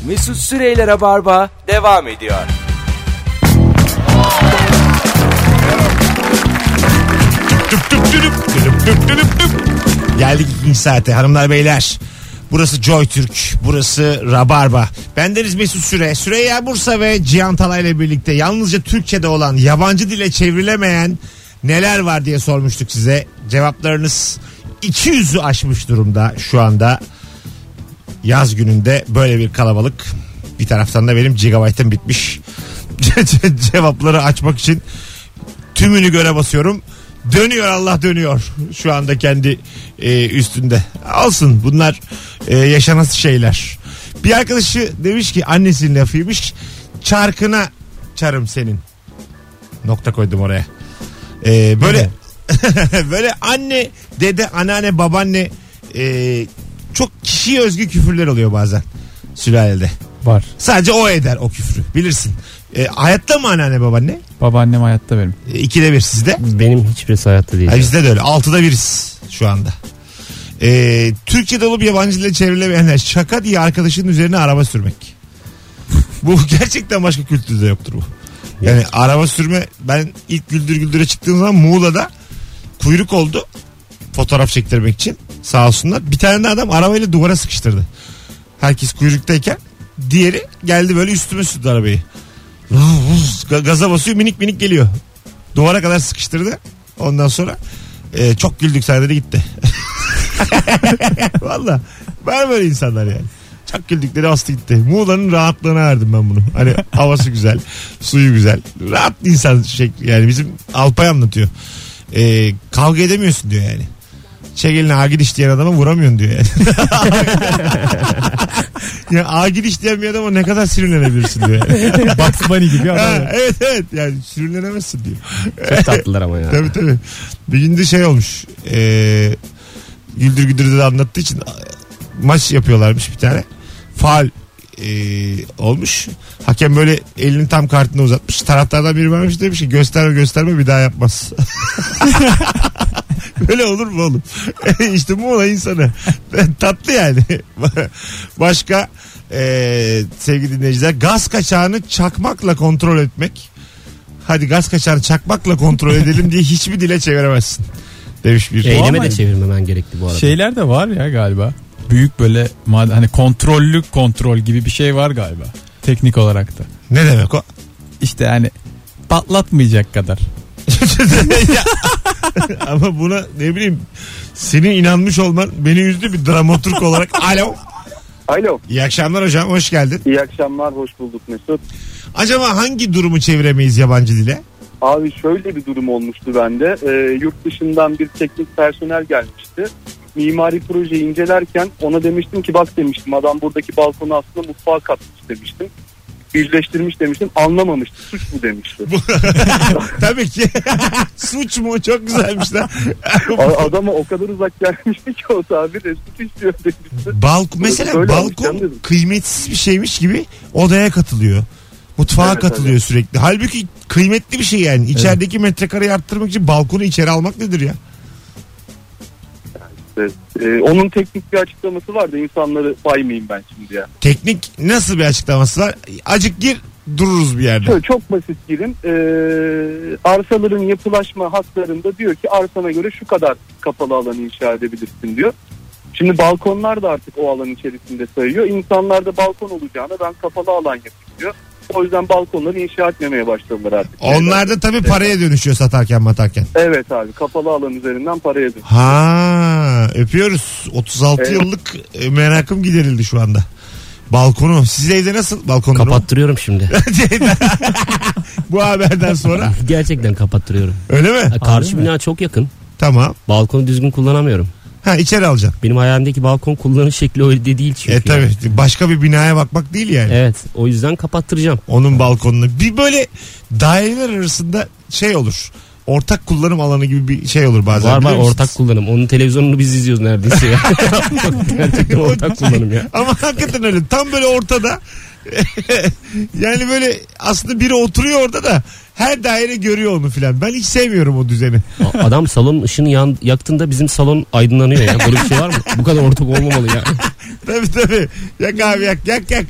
Mesut Süreyler'e barba devam ediyor. Geldik ikinci saate hanımlar beyler. Burası JoyTürk, burası Rabarba. Bendeniz Mesut Süre, Süreyya Bursa ve Cihan Talay ile birlikte yalnızca Türkçe'de olan, yabancı dile çevrilemeyen neler var diye sormuştuk size. Cevaplarınız 200'ü aşmış durumda şu anda. Yaz gününde böyle bir kalabalık. Bir taraftan da benim gigabaytım bitmiş. Cevapları açmak için tümünü göre basıyorum. Dönüyor, Allah dönüyor şu anda kendi üstünde. Olsun, bunlar yaşanası şeyler. Bir arkadaşı demiş ki, annesinin lafıymış, çarkına çarım senin. Nokta koydum oraya. Böyle böyle anne, dede, anneanne, babaanne çok kişiye özgü küfürler oluyor bazen sülalede. Var. Sadece o eder o küfrü, bilirsin. Hayatta mı anneanne, babaanne? Babaannem hayatta benim. 2'de 1 sizde. Benim hiçbirisi hayatta değil. Bizde de öyle. 6'da 1'iz şu anda. Türkçe'de olup yabancı dile çevrilemeyenler, şaka diye arkadaşının üzerine araba sürmek. Bu gerçekten başka kültürde yoktur bu. Yani araba sürme, ben ilk Güldür Güldür'e çıktığım zaman Muğla'da kuyruk oldu fotoğraf çektirmek için, sağ olsunlar. Bir tane de adam arabayla duvara sıkıştırdı. Herkes kuyruktayken diğeri geldi böyle üstüme sürdü arabayı. Gaza basıyor, minik minik geliyor. Duvara kadar sıkıştırdı. Ondan sonra çok güldük, sahnede gitti. Valla var böyle insanlar yani. Çok güldükleri astı gitti. Muğla'nın rahatlığına verdim ben bunu. Hani havası güzel, suyu güzel. Rahat insan yani bizim Alpay anlatıyor. Kavga edemiyorsun diyor yani. Çek ağa gidiş diyen adama vuramıyorsun diyor yani. Ya ağa gidiş diyen bir adama ne kadar sinirlenebilirsin diyor yani. Bugs Bunny gibi adam. Evet yani sinirlenemezsin diyor. Çok tatlılar ama ya. Tabii. Bir gün de şey olmuş. Güldür Güldür'de de anlattığı için maç yapıyorlarmış bir tane. Faul olmuş. Hakem böyle elini tam kartına uzatmış. Taraftardan biri varmış, demiş ki gösterme bir daha yapmaz. Böyle olur mu oğlum? İşte bu olay insanı. Tatlı yani. Başka sevgili dinleyiciler, gaz kaçağını çakmakla kontrol etmek. Hadi gaz kaçağını çakmakla kontrol edelim diye hiçbir dile çeviremezsin demiş bir. Eyleme de çevirmemen gerekti bu arada. Şeyler de var ya galiba. Büyük böyle hani kontrol gibi bir şey var galiba. Teknik olarak da. Ne demek o? İşte hani patlatmayacak kadar. Ama buna ne bileyim, senin inanmış olman beni üzdü bir dramaturg olarak. Alo. İyi akşamlar hocam, hoş geldin. İyi akşamlar, hoş bulduk Mesut. Acaba hangi durumu çeviremeyiz yabancı dile? Abi şöyle bir durum olmuştu bende. Yurt dışından bir teknik personel gelmişti. Mimari projeyi incelerken ona demiştim ki bak demiştim, adam buradaki balkonu aslında mutfağa katmış demiştim. Birleştirmiş demiştim, anlamamıştı, suç bu demişti. Tabii ki. Suç mu? Çok güzelmiş lan. Adama o kadar uzak gelmişti ki o tabir, suç istiyor demişti. Mesela böyle balkon kıymetsiz bir şeymiş gibi odaya katılıyor. Mutfağa katılıyor öyle. Sürekli. Halbuki kıymetli bir şey yani. İçerideki metrekareyi arttırmak için balkonu içeri almak nedir ya? Onun teknik bir açıklaması var da insanları baymayayım ben şimdi ya. Teknik nasıl bir açıklaması var? Acık gir, dururuz bir yerde. Şöyle çok basit girin. Arsaların yapılaşma haklarında diyor ki arsana göre şu kadar kapalı alanı inşa edebilirsin diyor. Şimdi balkonlar da artık o alan içerisinde sayıyor. İnsanlar da balkon olacağına ben kapalı alan yapayım diyor. O yüzden balkonları inşa etmemeye başladılar artık. Onlar da tabii paraya dönüşüyor satarken. Evet abi, kapalı alan üzerinden paraya dönüşüyor. Ha, öpüyoruz. 36 yıllık merakım giderildi şu anda. Balkonu. Siz evde nasıl balkonu? Kapattırıyorum şimdi. Bu haberden sonra. Gerçekten kapattırıyorum. Öyle mi? Karşı bina çok yakın. Tamam. Balkonu düzgün kullanamıyorum. Ha, içeri alacaksın. Benim hayalimdeki balkon kullanış şekli öyle değil çünkü. Tabii. Yani. Başka bir binaya bakmak değil yani. Evet. O yüzden kapattıracağım. Onun balkonunu. Bir böyle daireler arasında şey olur. Ortak kullanım alanı gibi bir şey olur bazen. Var ortak kullanım. Onun televizyonunu biz izliyoruz neredeyse ya. Gerçekten ortak kullanım ya. Ama hakikaten öyle. Tam böyle ortada. Yani böyle aslında biri oturuyor orada da her daire görüyor onu filan. Ben hiç sevmiyorum o düzeni. Adam salonun ışığını yaktığında bizim salon aydınlanıyor ya. Böyle bir şey var mı? Bu kadar ortak olmamalı ya. Tabii. Yak abi yak.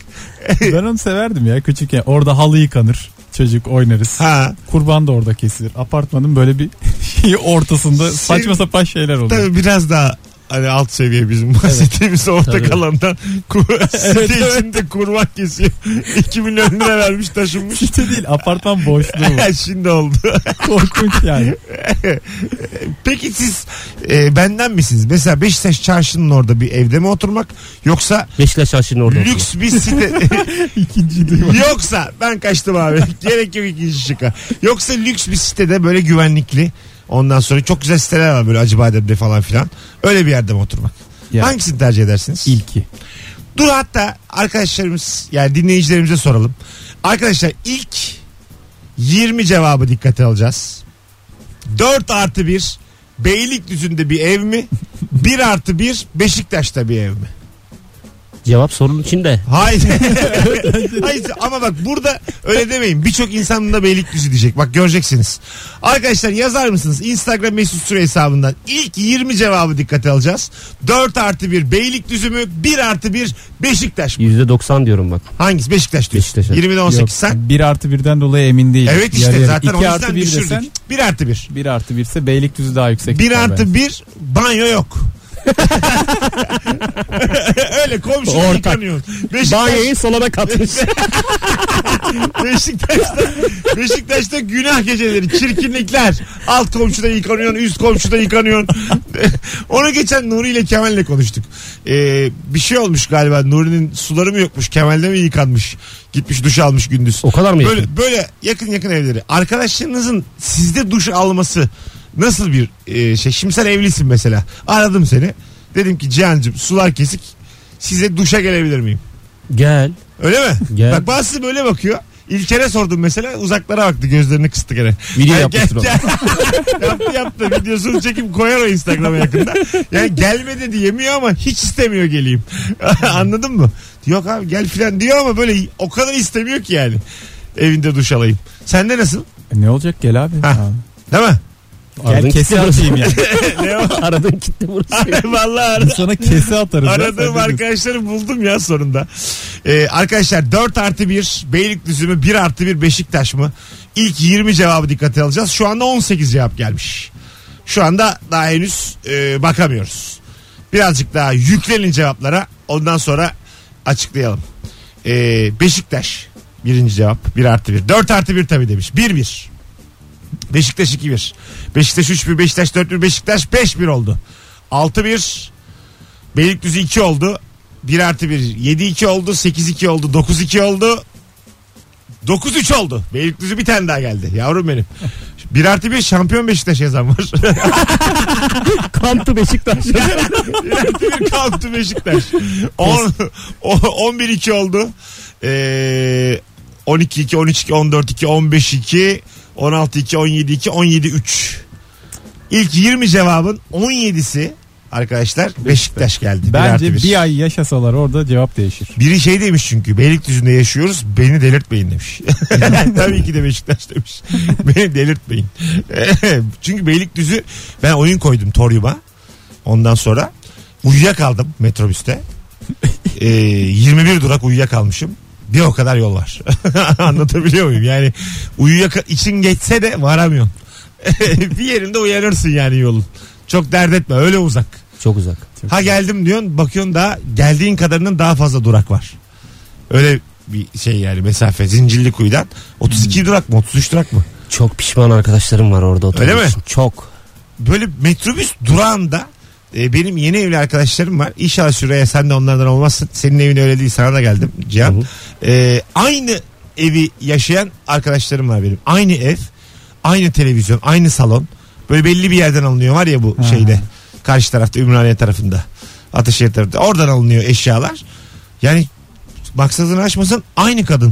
Ben onu severdim ya küçükken. Orada halı yıkanır. Çocuk oynarız. Ha. Kurban da orada kesilir. Apartmanın böyle bir şeyi ortasında saçma sapan şeyler oluyor. Tabii biraz daha hani alt seviye bizim bahsettiğimiz orta Tabii. kalandan site içinde kurban kesiyor. 2 milyon lira vermiş taşınmış. Site değil, apartman boşluğu var. Şimdi oldu. Korkunç yani. Peki siz benden misiniz? Mesela Beşiktaş çarşının orada bir evde mi oturmak yoksa Beşiktaş Çarşı'nın orada. lüks bir site İkinciyi duymak. yoksa ben kaçtım abi. Gerek yok ikinci şıkka. Yoksa lüks bir sitede böyle güvenlikli. Ondan sonra çok güzel siteler var böyle Acıbadem'de falan filan. Öyle bir yerde mi oturmak? Ya. Hangisini tercih edersiniz? İlki. Dur hatta arkadaşlarımız yani dinleyicilerimize soralım. Arkadaşlar ilk 20 cevabı dikkate alacağız. 4+1 Beylikdüzü'nde bir ev mi? 1+1 Beşiktaş'ta bir ev mi? Cevap sorunun içinde. Hayır. Hayır ama bak burada öyle demeyin. Birçok insan da Beylikdüzü diyecek. Bak göreceksiniz. Arkadaşlar yazar mısınız? Instagram Mesut Süre hesabından ilk 20 cevabı dikkate alacağız. 4+1 Beylikdüzü mü? 1+1 Beşiktaş mı? %90 diyorum bak. Hangisi? Beşiktaş diyorsun. Beşiktaş'a. 20'de 18 Yok, sen. 1+1'den dolayı emin değilim. Evet işte Yarı yarı. zaten o 2+1 yüzden düşürdük. desen 1+1. 1+1 ise Beylikdüzü daha yüksek. 1+1 banyo yok. Öyle komşuda Ortak. yıkanıyor. Banyoyu solana katmış. Beşiktaş'ta günah geceleri, çirkinlikler. Alt komşuda yıkanıyorsun, üst komşuda yıkanıyorsun. Onu geçen Nuri ile Kemal'le konuştuk. Bir şey olmuş galiba. Nuri'nin suları mı yokmuş? Kemal'de mi yıkanmış? Gitmiş duş almış gündüz. O kadar mı yakın? Böyle yakın evleri. Arkadaşlarınızın sizde duş alması nasıl bir şey? Şimdi sen evlisin mesela. Aradım seni. Dedim ki Cihan'cığım sular kesik. Size duşa gelebilir miyim? Gel. Öyle mi? Gel. Bak bazısı böyle bakıyor. İlker'e sordum mesela uzaklara baktı gözlerini kıstı gene. Video Yani yapmıştır o. yaptı videosunu çekip koyar o Instagram'a yakında. Yani gelmedi diyemiyor ama hiç istemiyor geleyim. Anladın mı? Yok abi gel filan diyor ama böyle o kadar istemiyor ki yani. Evinde duş alayım. Sende nasıl? Ne olacak gel abi. Ha. Ha. Değil mi? Gel Aradığın kese kitle atayım yani. Ne o? Aradığın kitle burası. Vallahi Biz sana kese atarız. ya, sen aradığım bilirsin. arkadaşları buldum ya sonunda. Arkadaşlar 4+1 Beylikdüzü mü 1+1 Beşiktaş mı? İlk 20 cevabı dikkate alacağız. Şu anda 18 cevap gelmiş. Şu anda daha henüz bakamıyoruz. Birazcık daha yüklenin cevaplara. Ondan sonra açıklayalım. Beşiktaş birinci cevap 1+1. 4+1 tabii demiş. 1-1. Beşiktaş 2-1. Beşiktaş 3-1. Beşiktaş 4-1. Beşiktaş 5-1 oldu. 6-1. Beylikdüzü 2 oldu. 1+1 7-2 oldu. 8-2 oldu. 9-2 oldu. 9-3 oldu. Beylikdüzü bir tane daha geldi. Yavrum benim. 1+1 şampiyon Beşiktaş yazan var. Kantı Beşiktaş. 1+1 kalktı Beşiktaş. 11-2 oldu. 12-2, 13-2, 14-2, 15-2, 16-2, 17-2, 17-3. İlk 20 cevabın 17'si arkadaşlar Beşiktaş geldi. Bence 1+1. bir ay yaşasalar orada cevap değişir. Biri şey demiş çünkü Beylikdüzü'nde yaşıyoruz beni delirtmeyin demiş. Tabii ki de Beşiktaş demiş. Beni delirtmeyin. Çünkü Beylikdüzü ben oyun koydum Toryum'a. Ondan sonra uyuyakaldım metrobüste. 21 durak uyuyakalmışım. Bir o kadar yol var. Anlatabiliyor muyum? Yani için geçse de varamıyorsun. Bir yerinde uyanırsın yani yolun. Çok dert etme öyle uzak. Çok uzak. Ha geldim diyorsun bakıyorsun daha geldiğin kadarının daha fazla durak var. Öyle bir şey yani mesafe Zincirlikuyu'dan 32 durak mı 33 durak mı? Çok pişman arkadaşlarım var orada oturmuş. Öyle mi? Çok. Böyle metrobüs durağında benim yeni evli arkadaşlarım var. İnşallah Süreyya sen de onlardan olmazsın. Senin evin öyle değil sana da geldim Cihan. Aynı evi yaşayan arkadaşlarım var benim. Aynı ev, aynı televizyon, aynı salon. Böyle belli bir yerden alınıyor var ya bu şeyde. Karşı tarafta Ümraniye tarafında. Ataşehir tarafında. Oradan alınıyor eşyalar. Yani maksadını açmasın aynı kadın.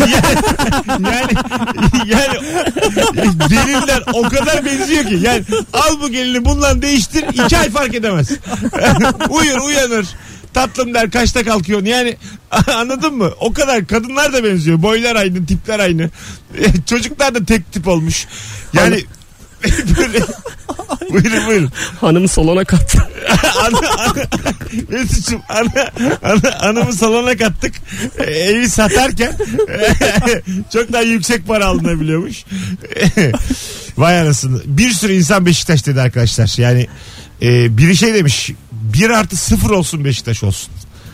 yani gelinler o kadar benziyor ki. Yani al bu gelini bundan değiştir 2 ay fark edemez. Uyur uyanır. Tatlım der kaçta kalkıyorsun yani anladın mı? O kadar kadınlar da benziyor. Boylar aynı tipler aynı. Çocuklar da tek tip olmuş. Yani Böyle... Buyurun. Hanımı salona kattı. Mesut'cum anamı salona kattık. Evi satarken çok daha yüksek para alınabiliyormuş. Vay anasını. Bir sürü insan Beşiktaş dedi arkadaşlar. Yani biri şey demiş. 1+0 olsun Beşiktaş olsun.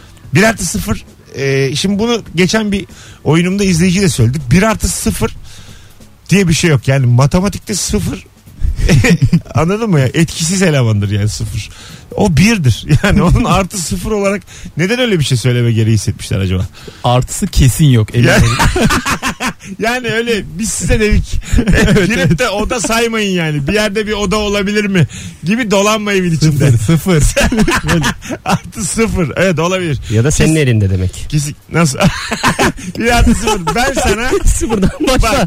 1+0. Şimdi bunu geçen bir oyunumda izleyici de söyledi. 1+0 diye bir şey yok. Yani matematikte 0 anladın mı ya? Etkisiz elemandır yani 0. O 1'dir. Yani onun +0 olarak neden öyle bir şey söyleme gereği hissetmişler acaba? Artısı kesin yok. Yani öyle biz size dedik. Girip de oda saymayın yani. Bir yerde bir oda olabilir mi? Gibi dolanma evin içinde. 0. +0. Evet olabilir. Ya da senin elinde demek. Kesin. Nasıl? 1+0. Ben sana sıfırdan başla. bak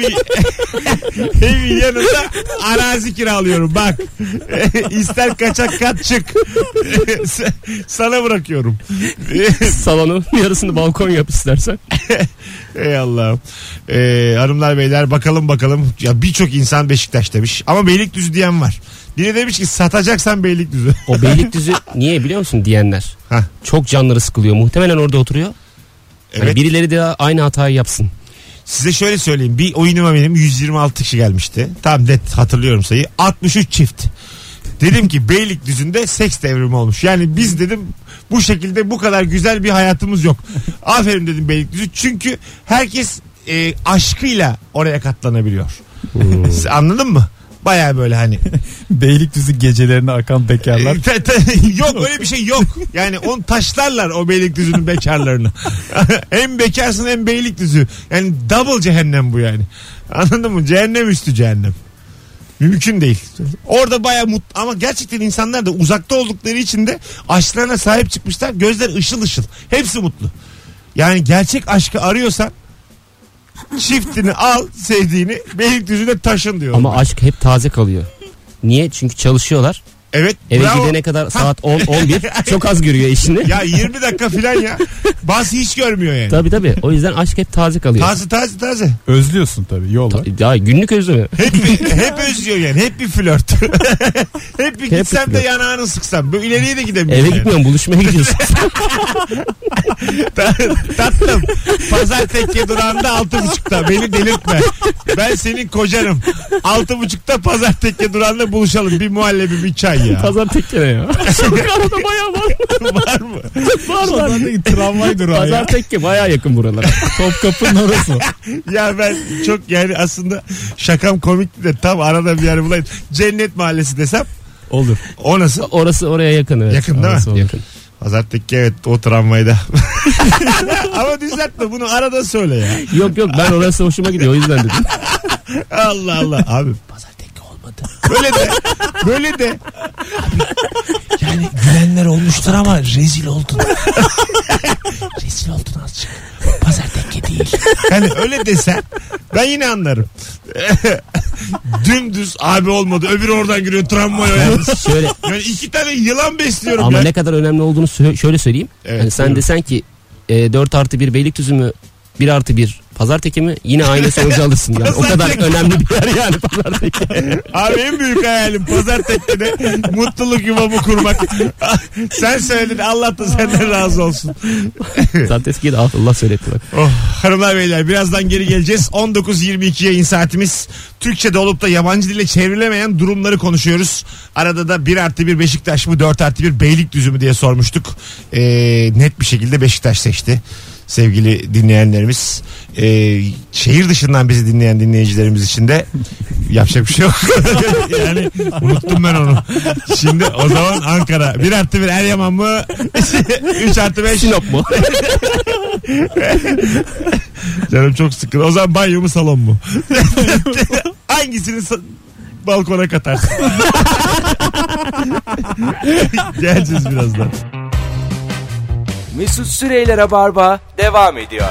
evin yanında arazi kiralıyorum. Bak. İster kaçak kat çık. Sana bırakıyorum. Salonun yarısını balkon yap istersen. Ey Allah'ım. Hanımlar beyler bakalım. Ya birçok insan Beşiktaş demiş. Ama Beylikdüzü diyen var. Biri demiş ki satacaksan Beylikdüzü. O Beylikdüzü niye biliyor musun diyenler? Hah. Çok canları sıkılıyor. Muhtemelen orada oturuyor. Evet. Hani birileri de aynı hatayı yapsın. Size şöyle söyleyeyim. Bir oyunuma benim 126 kişi gelmişti. Tam net hatırlıyorum sayıyı. 63 çift. Dedim ki Beylikdüzü'nde seks devrimi olmuş. Yani biz dedim bu şekilde bu kadar güzel bir hayatımız yok. Aferin dedim Beylikdüzü. Çünkü herkes aşkıyla oraya katlanabiliyor. Anladın mı? Baya böyle hani. Beylikdüzü gecelerine akan bekarlar. Yok öyle bir şey yok. Yani onu taşlarlar o Beylikdüzü'nün bekarlarını. Hem bekarsın hem Beylikdüzü. Yani double cehennem bu yani. Anladın mı? Cehennem üstü cehennem. Mümkün değil. Orada bayağı mutlu ama gerçekten insanlar da uzakta oldukları için de aşklarına sahip çıkmışlar. Gözler ışıl ışıl. Hepsi mutlu. Yani gerçek aşkı arıyorsan çiftini al, sevdiğini, Beylikdüzü'ne taşın diyor. Ama aşk hep taze kalıyor. Niye? Çünkü çalışıyorlar. Evet. Eve bravo. gidene kadar saat 10-11 çok az görüyor eşini. Ya 20 dakika filan ya. Bazı hiç görmüyor yani. Tabii. O yüzden aşk hep taze kalıyor. Taze. Özlüyorsun tabii yolla. Ya günlük özlemi. Hep özlüyor yani. Hep bir flört. Hep bir gitsem de yanağını sıksam. Böyle ileriye de gidemiyorum. Eve yani. gitmiyorum, buluşmaya gidiyorsun. Tatlım. Pazar tekke durağında 6.30'da. Beni delirtme. Ben senin kocanım. 6.30'da pazar tekke durağında buluşalım. Bir muhallebi, bir çay ya. Pazar tekke ne ya? Arada bayağı var. Var mı? Var. Tramvay durağı Pazar ya. tekke bayağı yakın buralara. Topkapı'nın orası. Ya ben çok yani aslında şakam komikti de tam arada bir yer bulayım. Cennet Mahallesi desem. Olur. O nasıl? Orası oraya yakın, evet. Yakın değil mi? Yakın. Pazar tekke evet o tramvayda. Ama düzeltme bunu arada söyle ya. Yok ben orası hoşuma gidiyor, o yüzden dedim. Allah Allah. Abi pazar tekke olmadı. Böyle de. Abi, yani gülenler olmuştur ama rezil oldun. Rezil oldun azıcık. Pazar tekke değil. Yani öyle desen ben yine anlarım. Dümdüz abi olmadı. Öbürü oradan giriyor tramvaya. Şöyle. Yani 2 tane yılan besliyorum Ama ya. ne kadar önemli olduğunu şöyle söyleyeyim. Evet, yani sen buyurun. desen ki 4+1 Beylikdüzü mü 1+1 Pazarteki mi, yine aynı sonucu alırsın. Yani o kadar önemli bir yer yani Pazarteki. Abi en büyük hayalim Pazarteki'de mutluluk yuvamı kurmak. Sen söyledin, Allah da senden razı olsun. Pazarteki'yi de Allah söyletti bak. Oh, hanımlar beyler birazdan geri geleceğiz. 19.22 yayın saatimiz. Türkçe'de olup da yabancı dile çevrilemeyen durumları konuşuyoruz. Arada da 1+1 Beşiktaş mı 4+1 Beylikdüzü mü diye sormuştuk. Net bir şekilde Beşiktaş seçti. Sevgili dinleyenlerimiz, şehir dışından bizi dinleyen dinleyicilerimiz için de yapacak bir şey yok. Yani unuttum ben onu. Şimdi o zaman Ankara 1+1 Eryaman mı 3+5 Sinop mu? Canım çok sıkın. O zaman banyo mu salon mu? Hangisini balkona katarsın? Geleceğiz birazdan. Mesut Süreyler'e barba devam ediyor.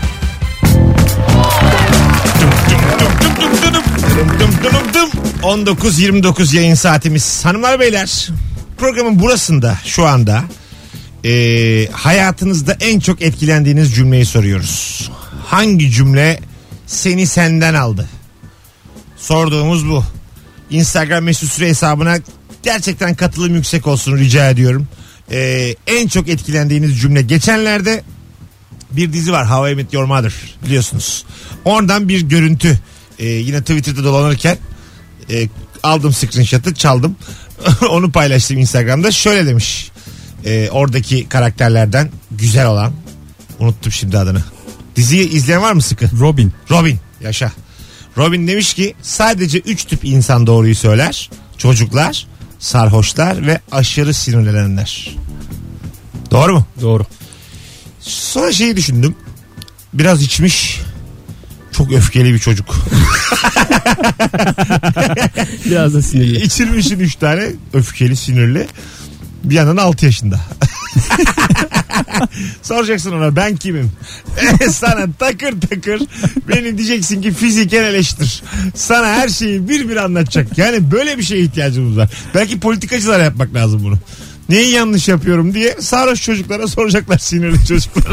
Dım. 19.29 yayın saatimiz. Hanımlar beyler, programın burasında şu anda hayatınızda en çok etkilendiğiniz cümleyi soruyoruz. Hangi cümle seni senden aldı? Sorduğumuz bu. Instagram mesut süre hesabına gerçekten katılım yüksek olsun rica ediyorum. En çok etkilendiğiniz cümle. Geçenlerde bir dizi var, How I Met Your Mother, biliyorsunuz. Oradan bir görüntü yine Twitter'da dolanırken aldım screenshot'ı, çaldım. Onu paylaştım Instagram'da. Şöyle demiş oradaki karakterlerden güzel olan, unuttum şimdi adını. Diziyi izleyen var mı sıkı? Robin yaşa. Robin demiş ki sadece 3 tip insan doğruyu söyler. Çocuklar, sarhoşlar ve aşırı sinirlenenler. Doğru mu? Doğru. Sonra şeyi düşündüm. Biraz içmiş, çok öfkeli bir çocuk. Biraz da sinirli. İçirmişin 3 tane, öfkeli, sinirli. Bir yandan 6 yaşında. Soracaksın ona ben kimim? Sana takır takır beni diyeceksin ki fiziken eleştir. Sana her şeyi bir anlatacak. Yani böyle bir şeye ihtiyacımız var. Belki politikacılara yapmak lazım bunu. Neyi yanlış yapıyorum diye sarhoş çocuklara soracaklar, sinirli çocuklara.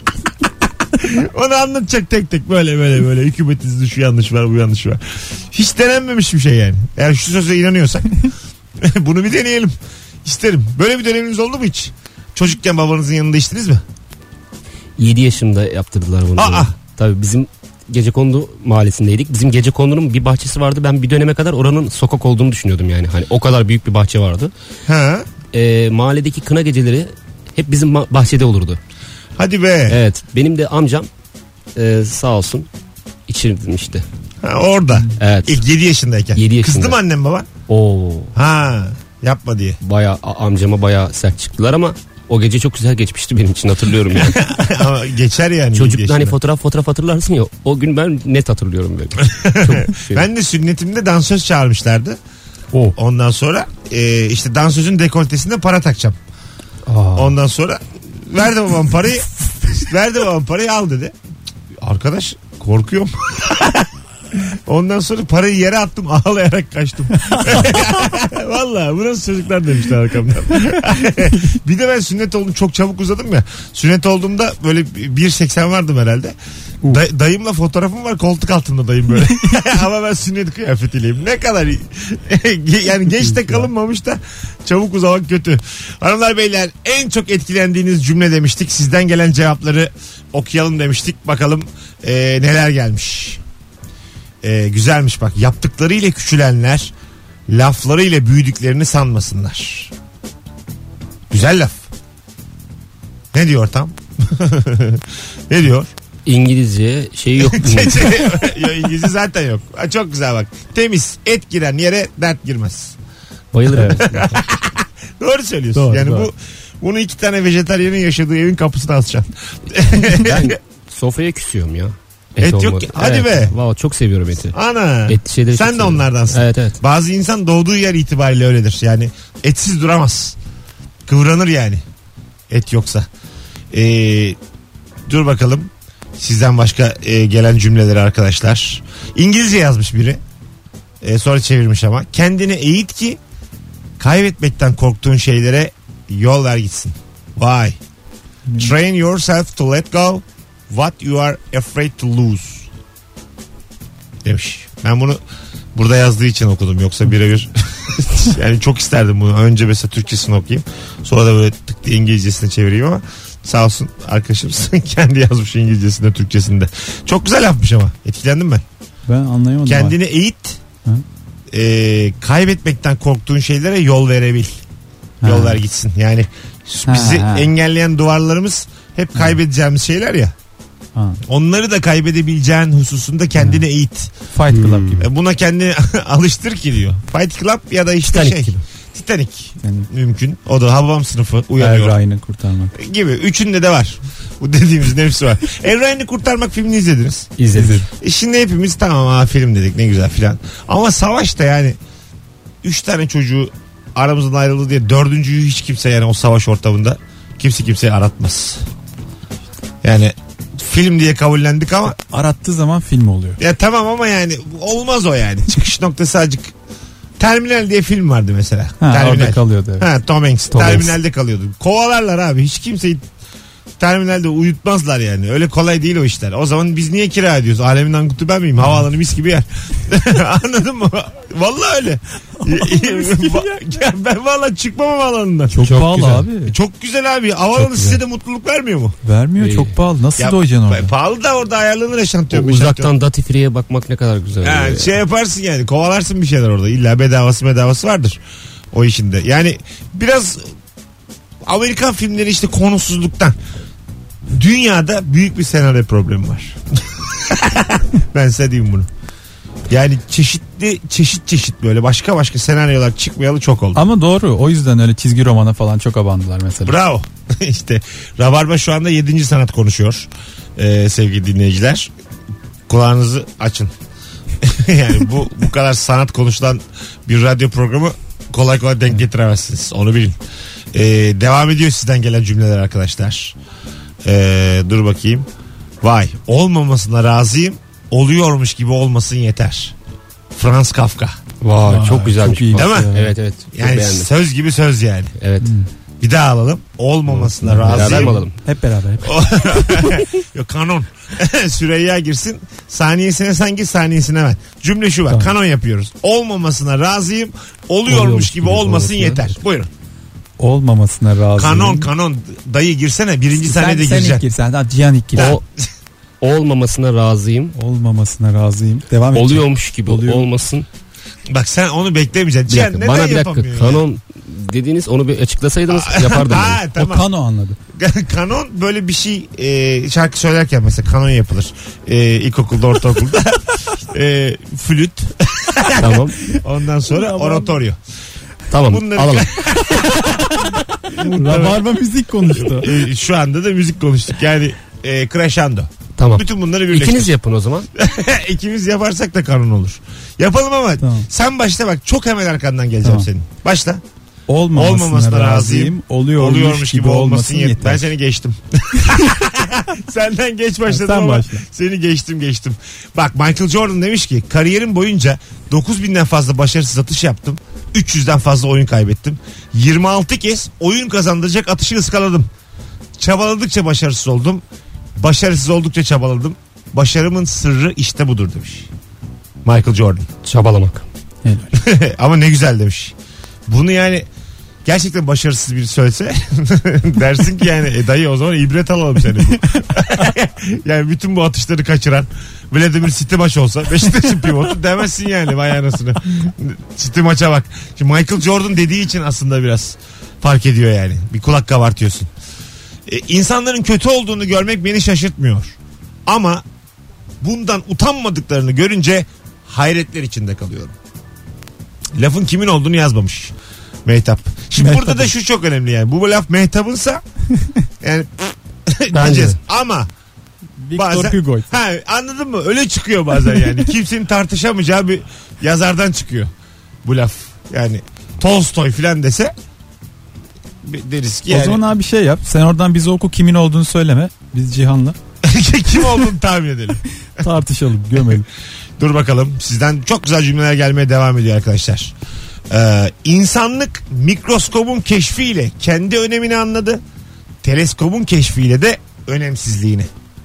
Onu anlatacak tek tek, böyle hükümetinizde şu yanlış var, bu yanlış var. Hiç denenmemiş bir şey yani. Eğer şu söze inanıyorsak bunu bir deneyelim. İsterim. Böyle bir döneminiz oldu mu hiç? Çocukken babanızın yanında içtiniz mi? 7 yaşımda yaptırdılar bunu. Tabii bizim Gecekondu mahallesindeydik. Bizim Gecekondu'nun bir bahçesi vardı. Ben bir döneme kadar oranın sokak olduğunu düşünüyordum yani. Hani o kadar büyük bir bahçe vardı. Ha. Mahalledeki kına geceleri hep bizim bahçede olurdu. Hadi be. Evet. Benim de amcam sağ olsun içirdim işte. Ha, orada. Evet. İlk 7 yaşındayken. 7 yaşında. Kızdı mı annem baban? Oo. Ha, yapma diye. Amcama bayağı sert çıktılar ama o gece çok güzel geçmişti benim için, hatırlıyorum yani. Ama geçer yani. Çocukta hani fotoğraf hatırlarsın ya, o gün ben net hatırlıyorum böyle. Çok Ben de sünnetimde dansöz çağırmışlardı. Ondan sonra işte dansözün dekoltesinde para takacağım. Ondan sonra verdi babam parayı, al dedi. Arkadaş korkuyorum. Ondan sonra parayı yere attım, ağlayarak kaçtım. Vallahi bu nasıl çocuklar demişler arkamdan. Bir de ben sünnet oldum, çok çabuk uzadım ya. Sünnet olduğumda böyle 1.80 vardım herhalde. Dayımla fotoğrafım var, koltuk altında dayım böyle. Ama ben sünnet kıyafetiyleyim. Ne kadar yani geç de kalınmamış da çabuk uzamak kötü. Hanımlar beyler, en çok etkilendiğiniz cümle demiştik. Sizden gelen cevapları okuyalım demiştik. Bakalım neler gelmiş. Güzelmiş bak. Yaptıklarıyla küçülenler laflarıyla büyüdüklerini sanmasınlar. Güzel laf. Ne diyor tam? Ne diyor? İngilizce şeyi yok. İngilizce zaten yok. Çok güzel bak. Temiz. Et giren yere dert girmez. Bayılırım. Doğru söylüyorsun. Doğru, yani doğru. bunu 2 tane vejetaryenin yaşadığı evin kapısına asacaksın. Ben sofraya küsüyorum ya. Et yok ki. Hadi be. Valla çok seviyorum eti. Ana. Et şeyleri sen de seviyorum. onlardansın. Evet. Bazı insan doğduğu yer itibariyle öyledir. Yani etsiz duramaz. Kıvranır yani. Et yoksa. Dur bakalım. Sizden başka gelen cümleleri arkadaşlar. İngilizce yazmış biri. Sonra çevirmiş ama. Kendini eğit ki kaybetmekten korktuğun şeylere yol ver gitsin. Vay. Train yourself to let go what you are afraid to lose demiş. Ben bunu burada yazdığı için okudum. Yoksa birebir yani çok isterdim bunu. Önce mesela Türkçesini okuyayım. Sonra da böyle tık diye İngilizcesini çevireyim ama sağ olsun arkadaşımız kendi yazmış İngilizcesinde, Türkçesinde. Çok güzel yapmış ama. Etkilendim ben. Ben anlayamadım. Kendini eğit. Kaybetmekten korktuğun şeylere yol verebil. Yol ver gitsin. Yani bizi engelleyen duvarlarımız hep kaybedeceğimiz şeyler ya. Onları da kaybedebileceğin hususunda kendini eğit. Fight Club gibi. Buna kendini alıştır ki diyor. Fight Club ya da işte Titanic Yani, mümkün. O da Hababam sınıfı uyanıyor. Ryan'ı kurtarmak gibi. Üçünde de var. Bu dediğimizin hepsi var. Ryan'ı kurtarmak filmini izlediniz. İzledim. Şimdi hepimiz tamam film dedik ne güzel filan. Ama savaşta yani 3 tane çocuğu aramızdan ayrıldı diye 4.'yü hiç kimse yani o savaş ortamında kimse kimseyi aratmaz. Yani film diye kabullendik ama arattığı zaman film oluyor. Ya tamam ama yani olmaz o yani. Çıkış noktası azıcık. Terminal diye film vardı mesela. Terminal. Orada kalıyordu. Evet. Tom Hanks. Terminalde kalıyordu. Kovalarlar abi. Hiç kimseyi terminalde uyutmazlar yani. Öyle kolay değil o işler. O zaman biz niye kira ediyoruz? Alemin angutu ben miyim? Havaalanı mis gibi yer. Anladın mı? Vallahi öyle. Ben vallahi çıkmam havaalanından. Çok pahalı güzel. abi. Çok güzel abi. Havaalanı Çok size güzel. de mutluluk vermiyor mu? Vermiyor, çok pahalı. Nasıl Ya, doyacaksın orada? pahalı da orada ayarlanır eşantiyon. Uzaktan datifriye bakmak ne kadar güzel. Ha, oluyor. şey yaparsın yani, kovalarsın bir şeyler orada. İlla bedavası vardır o işinde. Yani biraz Amerikan filmleri işte konusuzluktan. Dünyada büyük bir senaryo problemi var. Ben size diyeyim bunu. Yani çeşit böyle başka senaryolar çıkmayalı çok oldu. Ama doğru. O yüzden öyle çizgi romana falan çok abandılar mesela. Bravo. İşte Rabarba şu anda 7. sanat konuşuyor. Sevgili dinleyiciler. Kulağınızı açın. Yani bu kadar sanat konuşulan bir radyo programı kolay kolay denk getiremezsiniz. Onu bilin. Devam ediyor sizden gelen cümleler arkadaşlar. Dur bakayım. Vay, olmamasına razıyım. Oluyormuş gibi olmasın yeter. Franz Kafka. Vay, çok güzelmiş. çok iyi. Değil mi? Evet evet. Çok Yani beğendim. söz gibi söz yani. Evet. Bir daha alalım. Olmamasına Beraber mi razıyım. alalım? Hep beraber. Yok, kanon. Süreyya girsin. Saniyesine sen gir, saniyesine ben. Cümle şu var. Tamam. Kanon yapıyoruz. Olmamasına razıyım. Oluyormuş gibi olmasın yeter. Buyurun. Olmamasına razıyım. Kanon. Dayı girsene. Birinci saniyede Sen ilk gireceksin. gir. Sen Cihan ilk gir. Olmamasına razıyım. Olmamasına razıyım. Devam edeceğim. Oluyormuş gibi olmasın. Bak sen onu beklemeyeceksin. Bir Cihan dakika, neden bana bir dakika. yapamıyor ya? Kanon dediğiniz, onu bir açıklasaydınız yapardım Ha, ben. O tamam. Kano anladı. Kanon böyle bir şey, şarkı söylerken mesela kanon yapılır. İlkokulda, ortaokulda. Flüt. Tamam. Ondan sonra oratorio. Tamam. Bunları- Alalım. Rabarba müzik konuştu. Şu anda da müzik konuştuk. Yani crescendo. Tamam. Bütün bunları birleştir. İkiniz yapın o zaman. İkimiz yaparsak da kanon olur. Yapalım ama Tamam. sen başla bak. Çok hemen arkandan geleceğim Tamam. senin. Başla. Olmamasına razıyım. Oluyormuş gibi olmasın yeter. Ben seni geçtim. Senden geç başladım Sen ama başla. seni geçtim. Bak, Michael Jordan demiş ki kariyerim boyunca 9.000'den fazla başarısız atış yaptım. 300'den fazla oyun kaybettim. 26 kez oyun kazandıracak atışı ıskaladım. Çabaladıkça başarısız oldum. Başarısız oldukça çabaladım. Başarımın sırrı işte budur demiş Michael Jordan. Çabalamak. Helal. Ama ne güzel demiş. Bunu yani gerçekten başarısız biri söylese dersin ki yani dayı o zaman ibret alalım seni. Yani bütün bu atışları kaçıran Vladimir Stimaç olsa Beşiktaş'ın pivotu demezsin yani, vay anasını. Stimaç'a bak. Şimdi Michael Jordan dediği için aslında biraz fark ediyor yani. Bir kulak kabartıyorsun. İnsanların kötü olduğunu görmek beni şaşırtmıyor. Ama bundan utanmadıklarını görünce hayretler içinde kalıyorum. Lafın kimin olduğunu yazmamış Mehtap. Şimdi Mehtap. burada da şu çok önemli yani. Bu laf Mehtap'ınsa yani diyeceğiz. Ama Victor bazen, Hugo. anladın mı? Öyle çıkıyor bazen yani. Kimsenin tartışamayacağı bir yazardan çıkıyor bu laf. Yani Tolstoy filan dese deriz ki yani. O zaman abi şey yap. Sen oradan bize oku, kimin olduğunu söyleme. Biz Cihan'la Kim olduğunu tahmin edelim. tartışalım, gömelim. Dur bakalım. Sizden çok güzel cümleler gelmeye devam ediyor arkadaşlar. İnsanlık mikroskobun keşfiyle kendi önemini anladı. Teleskobun keşfiyle de önemsizliğini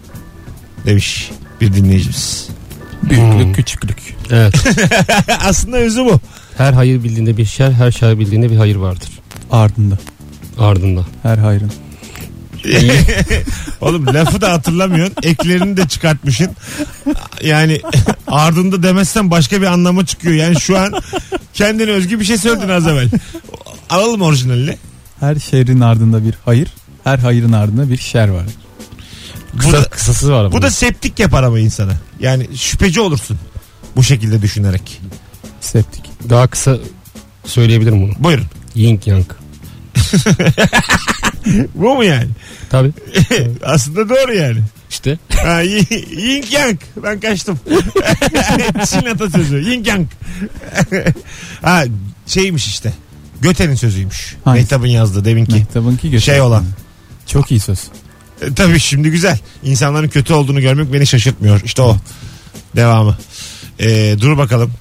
demiş bir dinleyicimiz. Büyüklük, küçüklük. Evet. Aslında özü bu. Her hayır bildiğinde bir şer, her şer bildiğinde bir hayır vardır. Ardında. Ardında. Her hayrın. Oğlum lafı da hatırlamıyorsun. Eklerini de çıkartmışsın. Yani ardında demezsen başka bir anlamı çıkıyor. Yani şu an kendine özgü bir şey söyledin az evvel. Alalım orijinalini. Her şerrin ardında bir hayır, her hayırın ardında bir şer var. Kısası var. Bu da septik yapar ama insana. Yani şüpheci olursun bu şekilde düşünerek. Septik. Daha kısa söyleyebilirim bunu. Buyurun. Yin yang. Bu mu yani? Tabii. Aslında doğru yani. İşte. Ha, yin yang. Ben kaçtım. Çin atasözü. Yin yang. Ha, şeymiş işte. Göte'nin sözüymüş. Hangisi? Mehtap'ın yazdığı deminki. Mehtap'ınki götür. Şey olan. Çok iyi söz. Tabii şimdi güzel. İnsanların kötü olduğunu görmek beni şaşırtmıyor. İşte o. Devamı. Dur bakalım.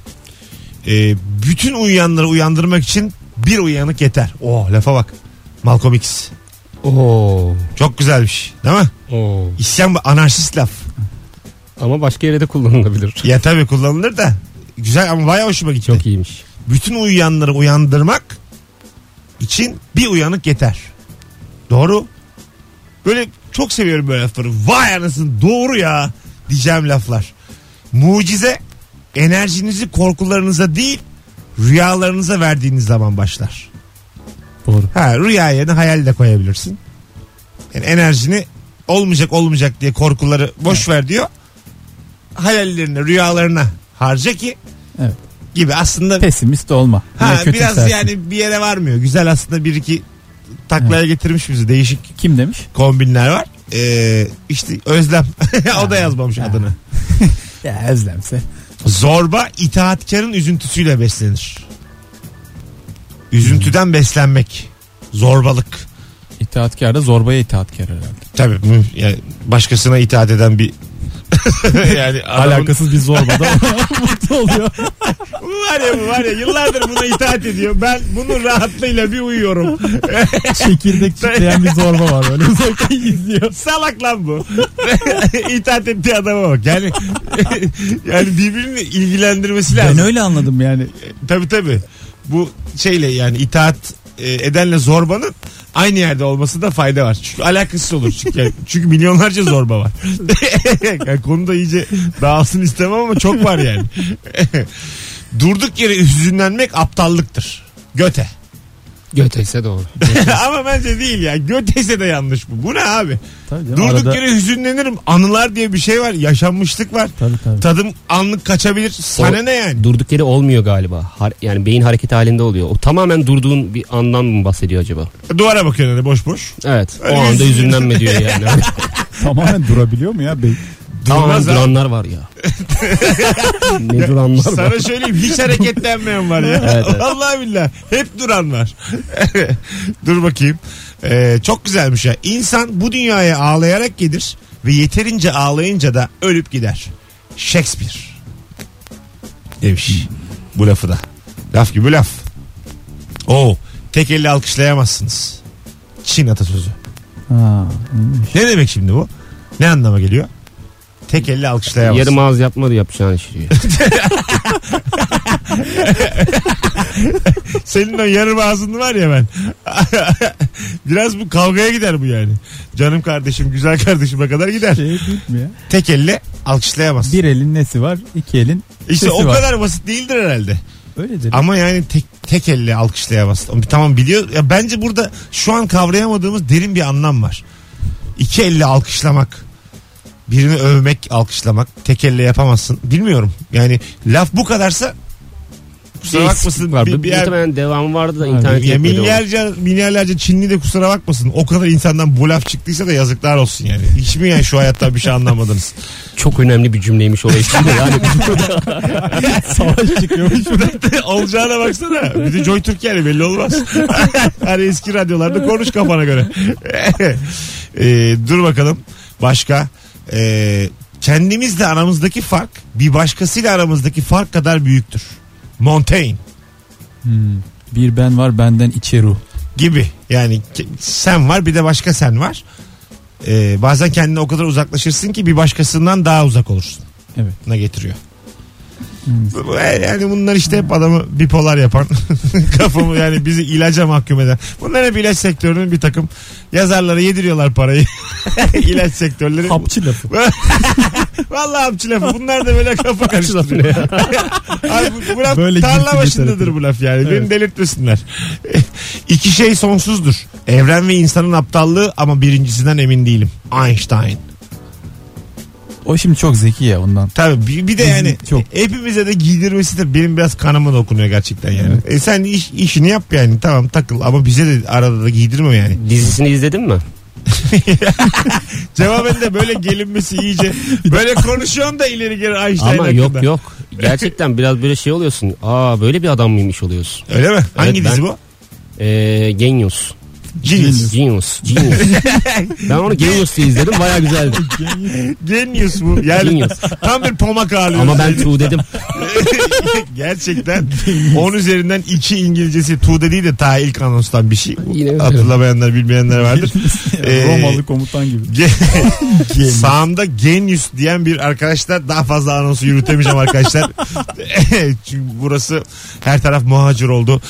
Bütün uyuyanları uyandırmak için bir uyanık yeter. Oh, lafa bak. Malcolm X. Oo. Çok güzelmiş değil mi? Oo. İsyan anarşist laf. Ama başka yere de kullanılabilir. Ya tabii kullanılır da. Güzel ama bayağı hoşuma gitti. Çok iyiymiş. Bütün uyuyanları uyandırmak için bir uyanık yeter. Doğru. Böyle çok seviyorum böyle lafları. Vay anasını doğru ya diyeceğim laflar. Mucize enerjinizi korkularınıza değil rüyalarınıza verdiğiniz zaman başlar. Doğru. Rüya yerine hayal de koyabilirsin. Yani enerjini olmayacak diye korkuları boş ver diyor. Hayallerine, rüyalarına harca ki Evet. gibi aslında. Pesimist olma. Biraz yani bir yere varmıyor. Güzel aslında bir iki taklaya getirmiş bizi. Değişik Kim demiş? kombinler var. İşte Özlem. O da yazmamış adını. Ya Özlemse. Zorba itaatkarın üzüntüsüyle beslenir. Üzüntüden beslenmek. Zorbalık. İtaatkar da zorbaya itaatkar herhalde. Tabii. Yani başkasına itaat eden bir yani Alakasız bir zorba da mutlu oluyor. bu var ya yıllardır buna itaat ediyor. Ben bunun rahatlığıyla bir uyuyorum. Çekirdek çitleyen bir zorba var böyle uzaktan izliyor. Salak lan bu. İtaat ettiği adama bak. Yani birbirini ilgilendirmesi lazım. Ben öyle anladım yani. Tabii. Bu şeyle yani itaat edenle zorbanın aynı yerde olması da fayda var. Çünkü alakasız olur. Çünkü milyonlarca zorba var. Yani konuda iyice dağılsın istemem ama çok var yani. Durduk yere hüzünlenmek aptallıktır. Göte. Göteyse doğru. Ama bence değil ya. Göteyse de yanlış bu. Bu ne abi? Tabii canım, Durduk arada... yere hüzünlenirim. Anılar diye bir şey var. Yaşanmışlık var. Tabii. Tadım anlık kaçabilir. Sana ne yani? Durduk yere olmuyor galiba. Yani beyin hareket halinde oluyor. O tamamen durduğun bir andan mı bahsediyor acaba? Duvara bakıyorsun öyle boş boş. Evet. Öyle o anda hüzünlenme diyor yani. Tamamen durabiliyor mu ya beyin? Tamamen Durmaz ha. duranlar var ya. Ne duranlar var. Sana söyleyeyim hiç hareketlenmeyen var ya. Evet. Vallahi billahi hep duran var. Dur bakayım. Çok güzelmiş ya. İnsan bu dünyaya ağlayarak gelir ve yeterince ağlayınca da ölüp gider. Shakespeare demiş bu lafı da. Laf gibi laf. Tek elle alkışlayamazsınız. Çin atasözü. Ne demek şimdi bu? Ne anlama geliyor? Tek elle alkışlayamazsın. Yarım ağız yapmadı yapacağın işi diyor. Senin o yarım ağzın var ya ben. Biraz bu kavgaya gider bu yani. Canım kardeşim, güzel kardeşime kadar gider. Tek elle alkışlayamazsın. Bir elin nesi var, iki elin İşte sesi o var. kadar basit değildir herhalde. Öyledir. Ama yani tek elle alkışlayamazsın. Tamam biliyor. Ya bence burada şu an kavrayamadığımız derin bir anlam var. İki elle alkışlamak. Birini övmek, alkışlamak. Tek elle yapamazsın. Bilmiyorum. Yani laf bu kadarsa kusura bakmasın. Muhtemelen devamı vardı da internet ya milyarlarca Çinli de kusura bakmasın. O kadar insandan bu laf çıktıysa da yazıklar olsun yani. Hiç mi yani şu hayattan bir şey anlamadınız? Çok önemli bir cümleymiş olay içinde yani. Savaş çıkıyormuş. Olacağına baksana. Bir de Joy Türkiye'yle belli olmaz. Hani eski radyolarda konuş kafana göre. Dur bakalım. Başka. Kendimizle aramızdaki fark bir başkasıyla aramızdaki fark kadar büyüktür. Montaigne. Bir ben var, benden içe ruh. Gibi. Yani sen var, bir de başka sen var. Bazen kendine o kadar uzaklaşırsın ki bir başkasından daha uzak olursun. Evet. Ne getiriyor? Yani bunlar işte hep adamı bipolar yapan, kafamı yani bizi ilaca mahkum eden. Bunlar hep ilaç sektörünün bir takım yazarlara yediriyorlar parayı. İlaç sektörleri. Hapçı lafı. Vallahi hapçı lafı. Bunlar da böyle kafa karıştırıyor. Abi, bu laf böyle tarla başındadır bu laf yani. Evet. Beni delirtmesinler. İki şey sonsuzdur. Evren ve insanın aptallığı ama birincisinden emin değilim. Einstein. O şimdi çok zeki ya ondan. Tabii bir de yani çok. Hepimize de giydirmesi de benim biraz kanıma dokunuyor gerçekten yani. Evet. Sen işini yap yani, tamam takıl ama bize de arada da giydirme yani. Dizisini izledin mi? Cevaben de böyle gelinmesi iyice. Böyle konuşuyorsun da ileri geri Einstein ama hakkında. yok. Gerçekten biraz böyle şey oluyorsun. Böyle bir adam mıymış oluyorsun. Öyle mi? Hangi evet, dizi bu? Genius. Genius. Ben onu Genius diye izledim, baya güzeldi. Genius bu. Yani Genius. tam bir pomak ağırlıyor. Ama ben True dedim. Gerçekten 10 üzerinden 2 İngilizcesi tu dediği de ta ilk anonstan bir şey. Yine Hatırlamayanlar bilmeyenler vardır. Romalı komutan gibi. Sağımda Genius diyen bir arkadaşla daha fazla anonsu yürütemeyeceğim arkadaşlar. Çünkü burası her taraf muhacir oldu.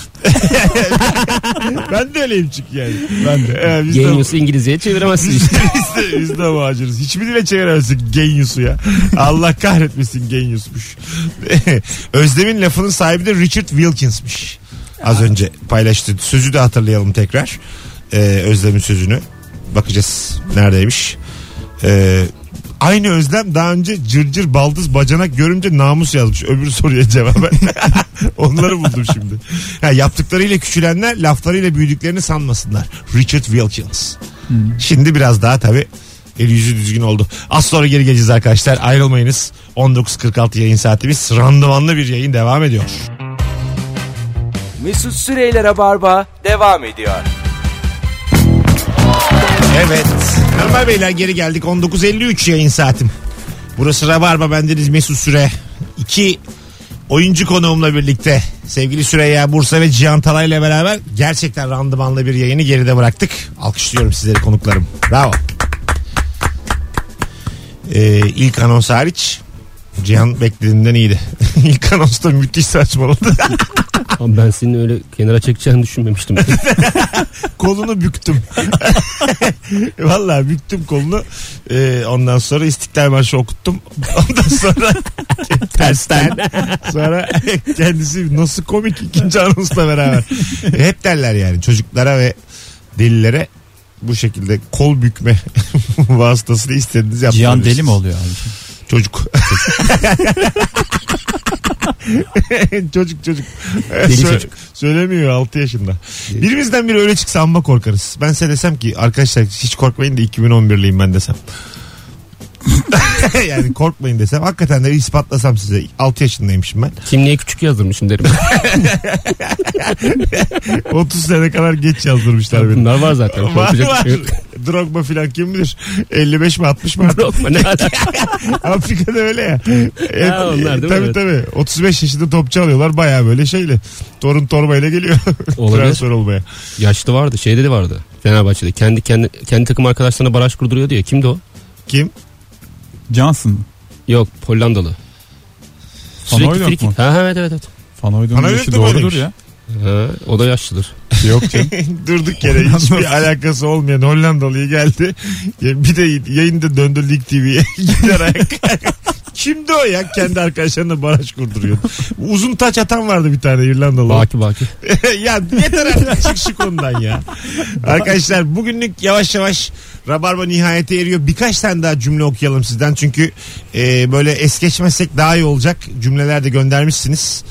Ben de öyleyim çünkü yani. Ben de. Genius'u İngilizceye çeviremezsin işte. Biz de muhaciriz. Hiçbir dile çeviremezsin Genius'u ya. Allah kahretmesin Genius'muş. Özlem'in lafının sahibi de Richard Wilkins'miş. Az önce paylaştı. Sözü de hatırlayalım tekrar. Özlem'in sözünü. Bakacağız neredeymiş. Aynı Özlem daha önce cırcır baldız bacanak görünce namus yazmış. Öbür soruya cevaben. Onları buldum şimdi. Yaptıklarıyla küçülenler laflarıyla büyüdüklerini sanmasınlar. Richard Wilkins. Şimdi biraz daha tabii el yüzü düzgün oldu. Az sonra geri geleceğiz arkadaşlar. Ayrılmayınız. 19.46 yayın saatimiz. Randımanlı bir yayın devam ediyor. Mesut Süreyler'e barba devam ediyor. Evet. Hanımlar beyler geri geldik. 19.53 yayın saatim. Burası Rabarba, bendeniz Mesut Süre. 2 oyuncu konuğumla birlikte sevgili Süreyya Bursa ve Cihan Talay ile beraber gerçekten randımanlı bir yayını geride bıraktık. Alkışlıyorum sizleri konuklarım. Bravo. İlk anons hariç Cihan beklediğimden iyiydi. İlk anonsta müthiş saçmaladı. Ama ben senin öyle kenara çekeceğini düşünmemiştim. Kolunu büktüm. Vallahi büktüm kolunu. Ondan sonra İstiklal Marşı okuttum. Ondan sonra tersten. Sonra kendisi nasıl komik ikinci anonsla beraber. Hep derler yani çocuklara ve delilere bu şekilde kol bükme vasıtasıyla istediğiniz yapmayabilirsiniz. Cihan deli mi oluyor abi? Çocuk. çocuk. Deli çocuk. Söylemiyor 6 yaşında. Birimizden biri öyle çıksa amma korkarız. Ben size desem ki arkadaşlar hiç korkmayın da 2011'liyim ben desem. Yani korkmayın desem hakikaten de ispatlasam size 6 yaşındaymışım ben. Kimliğe küçük yazdırmışım derim. 30 sene kadar geç yazdırmışlar beni. Bunlar var zaten. Var. Drogba filan kim bilir? 55 mi 60 mı? Drogba ne alaka? Afrika'da öyle ya. Ha, onlar değil mi? Tabii. 35 yaşında topçu alıyorlar bayağı böyle şeyle. Torun torbayla geliyor. Transfer olmaya. Yaşlı vardı, şeyde de vardı. Fenerbahçe'de. Kendi takım arkadaşlarına baraj kurduruyordu ya. Kimdi o? Kim? Johnson. Yok, Hollandalı. Sürekli frikik. Evet. Fanoydun yaşı doğrudur ya. Ha, o da yaşlıdır. Yok canım. Durduk yere hiçbir alakası olmayan Hollandalı'yı geldi. Bir de yayında döndü Lig TV'ye. Gider ayak. Kimdi o ya? Kendi arkadaşlarına baraj kurduruyor. Uzun taç atan vardı bir tane İrlandalı. Baki. Ya yeter artık çık şu konudan ya. Arkadaşlar bugünlük yavaş yavaş Rabarba nihayete eriyor. Birkaç tane daha cümle okuyalım sizden. Çünkü böyle es geçmezsek daha iyi olacak. Cümleler de göndermişsiniz.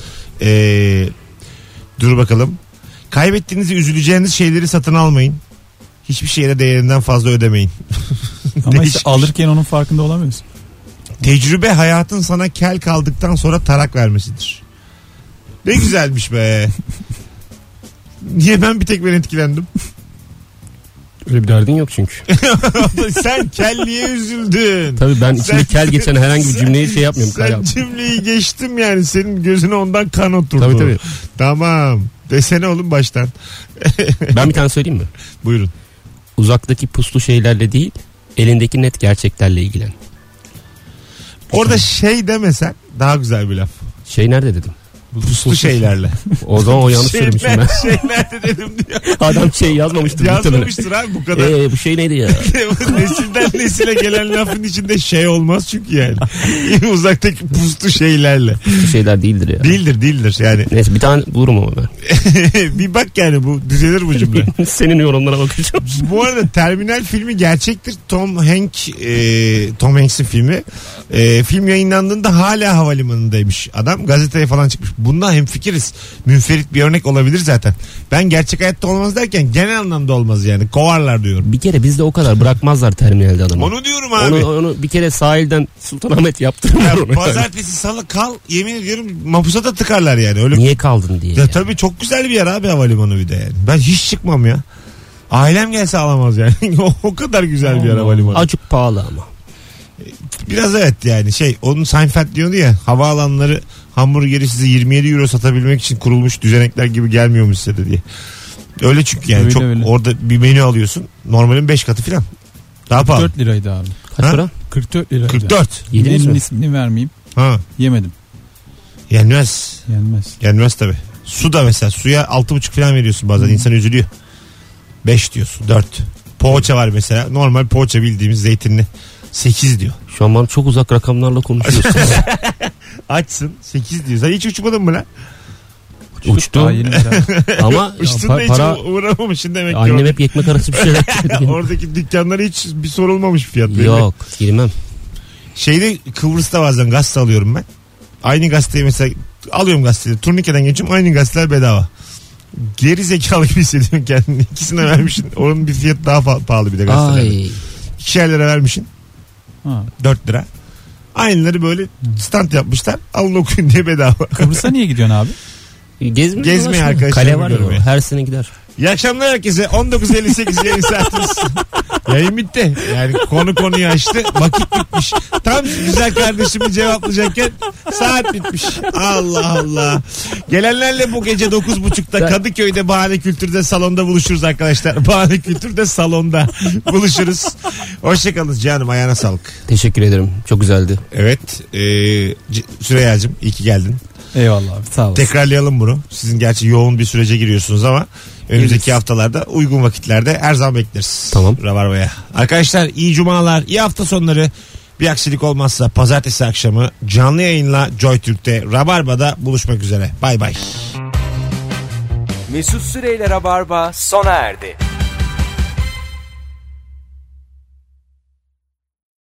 Dur bakalım. Kaybettiğinizi üzüleceğiniz şeyleri satın almayın. Hiçbir şeye değerinden fazla ödemeyin. Ama işte alırken onun farkında olamıyorsun. Tecrübe hayatın sana kel kaldıktan sonra tarak vermesidir. Ne güzelmiş be. Niye ben bir tek ben etkilendim? Öyle bir derdin yok çünkü. Sen kelliğe üzüldün. Tabii ben içinde kel geçen herhangi bir cümleyi şey yapmıyorum. Sen cümleyi geçtim yani. Senin gözüne ondan kan oturdu. Tabii. Tamam. Desene oğlum baştan. Ben bir tane söyleyeyim mi? Buyurun. Uzaktaki puslu şeylerle değil, elindeki net gerçeklerle ilgilen. Orada şey demesen daha güzel bir laf. Şey nerede dedim? Puslu şeylerle. O zaman o yanlış söylemişim ben. Şeylerde dedim diyor. Adam şey yazmamıştır. Yazmamıştır abi bu kadar. Bu şey neydi ya? Nesilden nesile gelen lafın içinde şey olmaz çünkü yani. Uzaktaki puslu şeylerle. Puslu şeyler değildir ya. Değildir yani. Neyse bir tane bulurum ama ben. Bir bak yani bu düzelir bu cümle. Senin yorumlara bakacağım. Bu arada Terminal filmi gerçektir. Tom Hanks'in filmi. Film yayınlandığında hala havalimanındaymış adam. Gazeteye falan çıkmış. Bundan hemfikiriz. Münferit bir örnek olabilir zaten. Ben gerçek hayatta olmaz derken genel anlamda olmaz yani. Kovarlar diyorum. Bir kere bizde o kadar bırakmazlar terminalde adamı. Onu diyorum abi. Onu bir kere sahilden Sultanahmet yaptırırlar onu. Pazartesi salı kal, yemin ediyorum mapusa da tıkarlar yani. Öyle. Niye kaldın diye. Ya tabii çok güzel bir yer abi havalimanı bir de yani. Ben hiç çıkmam ya. Ailem gelse alamaz yani. O kadar güzel bir araba limanı. Acık pahalı ama. Biraz evet yani onun Seinfeld diyordu ya, havaalanları hamburgeri size 27 euro satabilmek için kurulmuş düzenekler gibi gelmiyormuş size de diye. Öyle çünkü yani öyle. Orada bir menü alıyorsun, normalin 5 katı falan. Daha pahalı. 44 liraydı abi. Kaç para? 44 liraydı. 44. Yemenin ismini vermeyeyim. Ha. Yemedim. Yenmez tabii. Su da mesela, suya 6,5 falan veriyorsun bazen, insan üzülüyor. 5 diyorsun, 4. Poğaça var mesela, normal poğaça bildiğimiz zeytinli 8 diyor. Şu an bana çok uzak rakamlarla konuşuyorsun. Açsın 8 diyor. Sen hiç uçmadın mı lan? Uçtu. Ama uçtun da hiç uğramamışsın demek ki. Annem hep ekmek arası bir şeyler. Oradaki dükkanlara hiç bir sorulmamış fiyat. Yok, girmem. Kıbrıs'ta bazen gazete alıyorum ben. Aynı gazeteyi mesela alıyorum, gazeteyi turnikeden geçiyorum, aynı gazeteler bedava. Geri zekalı gibi hissediyorsun kendini. İkisine vermişsin. Onun bir fiyat daha pahalı bir de gazetelerde. 2'şer lira vermişsin. 4 lira. Aynıları böyle stand yapmışlar. Alın okuyun diye bedava. Kıbrıs'a niye gidiyorsun abi? Gezmeye arkadaşlar. Kale var ya, her sene gider. İyi akşamlar herkese. 19.58 yayın saatimiz. Yayın bitti. Yani konuyu açtı. Vakit bitmiş. Tam güzel kardeşimi cevaplayacakken saat bitmiş. Allah Allah. Gelenlerle bu gece 9.30'da Kadıköy'de Bahane Kültür'de salonda buluşuruz arkadaşlar. Bahane Kültür'de salonda buluşuruz. Hoşçakalın canım, ayağına sağlık. Teşekkür ederim. Çok güzeldi. Evet. Süreyya'cığım iyi ki geldin. Eyvallah abi, sağ olasın. Tekrarlayalım bunu. Sizin gerçi yoğun bir sürece giriyorsunuz ama önümüzdeki haftalarda uygun vakitlerde her zaman bekleriz. Tamam. Rabarba'ya. Arkadaşlar iyi cumalar, iyi hafta sonları. Bir aksilik olmazsa pazartesi akşamı canlı yayınla JoyTürk'te Rabarba'da buluşmak üzere. Bay bay. Mesut Süreyle Rabarba sona erdi.